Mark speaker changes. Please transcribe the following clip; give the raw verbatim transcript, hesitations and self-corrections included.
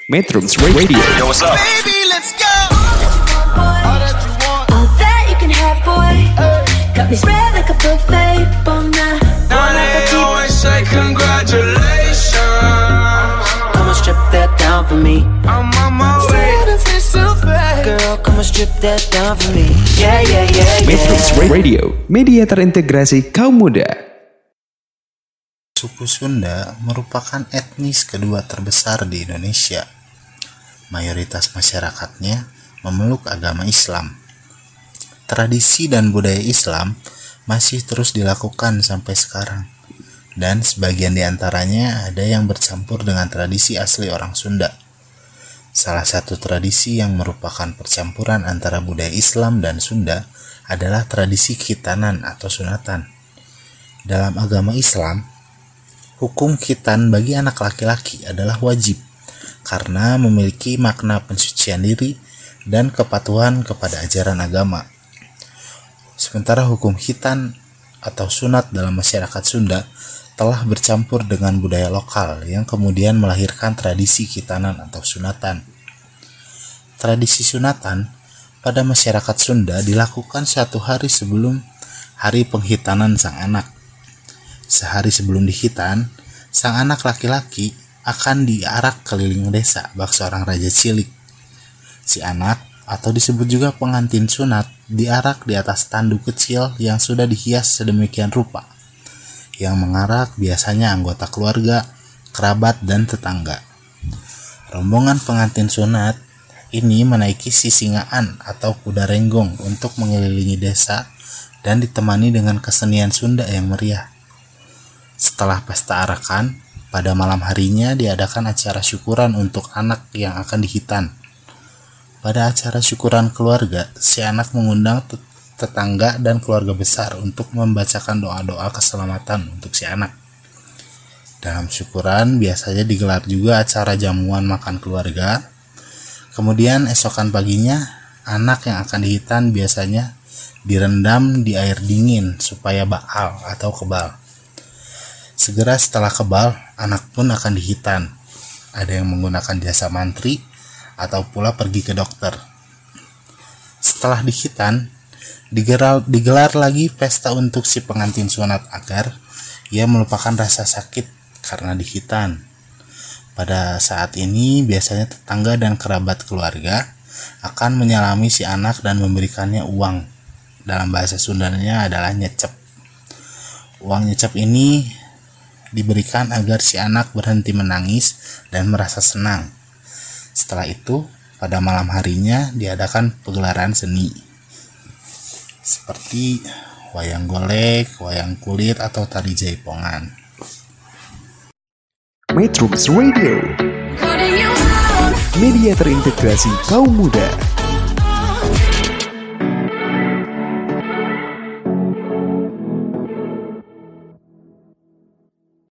Speaker 1: Metrums Radio.
Speaker 2: Yo, what's up?
Speaker 3: Baby, let's go. All that you want,
Speaker 4: All that you can have, boy. Got me spread like a buffet, bon now.
Speaker 2: Now they always say congratulations.
Speaker 4: Come on, strip that down for me.
Speaker 2: I'm on my way.
Speaker 4: Girl, come on, strip that down for me. Yeah, yeah, yeah,
Speaker 1: Metrums
Speaker 4: yeah.
Speaker 1: Radio, media terintegrasi kaum muda.
Speaker 5: Suku Sunda merupakan etnis kedua terbesar di Indonesia. Mayoritas masyarakatnya memeluk agama Islam. Tradisi dan budaya Islam masih terus dilakukan sampai sekarang. Dan sebagian di antaranya ada yang bercampur dengan tradisi asli orang Sunda. Salah satu tradisi yang merupakan percampuran antara budaya Islam dan Sunda adalah tradisi khitanan atau sunatan. Dalam agama Islam, hukum khitan bagi anak laki-laki adalah wajib karena memiliki makna pensucian diri dan kepatuhan kepada ajaran agama. Sementara hukum khitan atau sunat dalam masyarakat Sunda telah bercampur dengan budaya lokal yang kemudian melahirkan tradisi khitanan atau sunatan. Tradisi sunatan pada masyarakat Sunda dilakukan satu hari sebelum hari penghitanan sang anak. Sehari sebelum dikhitan, sang anak laki-laki akan diarak keliling desa bak seorang raja cilik. Si anak, atau disebut juga pengantin sunat, diarak di atas tandu kecil yang sudah dihias sedemikian rupa. Yang mengarak biasanya anggota keluarga, kerabat, dan tetangga. Rombongan pengantin sunat ini menaiki sisingaan atau kuda renggong untuk mengelilingi desa dan ditemani dengan kesenian Sunda yang meriah. Setelah pesta arakan, pada malam harinya diadakan acara syukuran untuk anak yang akan dihitan. Pada acara syukuran keluarga, si anak mengundang tetangga dan keluarga besar untuk membacakan doa-doa keselamatan untuk si anak. Dalam syukuran biasanya digelar juga acara jamuan makan keluarga. Kemudian esokan paginya, anak yang akan dihitan biasanya direndam di air dingin supaya baal atau kebal. Segera setelah kebal, anak pun akan dihitan. Ada yang menggunakan jasa mantri atau pula pergi ke dokter. Setelah dihitan, digelar, digelar lagi pesta untuk si pengantin sunat agar ia melupakan rasa sakit karena dihitan. Pada saat ini biasanya tetangga dan kerabat keluarga akan menyalami si anak dan memberikannya uang. Dalam bahasa Sundanya adalah nyecep. Uang nyecep ini diberikan agar si anak berhenti menangis dan merasa senang. Setelah itu, pada malam harinya diadakan pegelaran seni seperti wayang golek, wayang kulit, atau tari jaipongan.
Speaker 1: Metrums Radio, media terintegrasi kaum muda.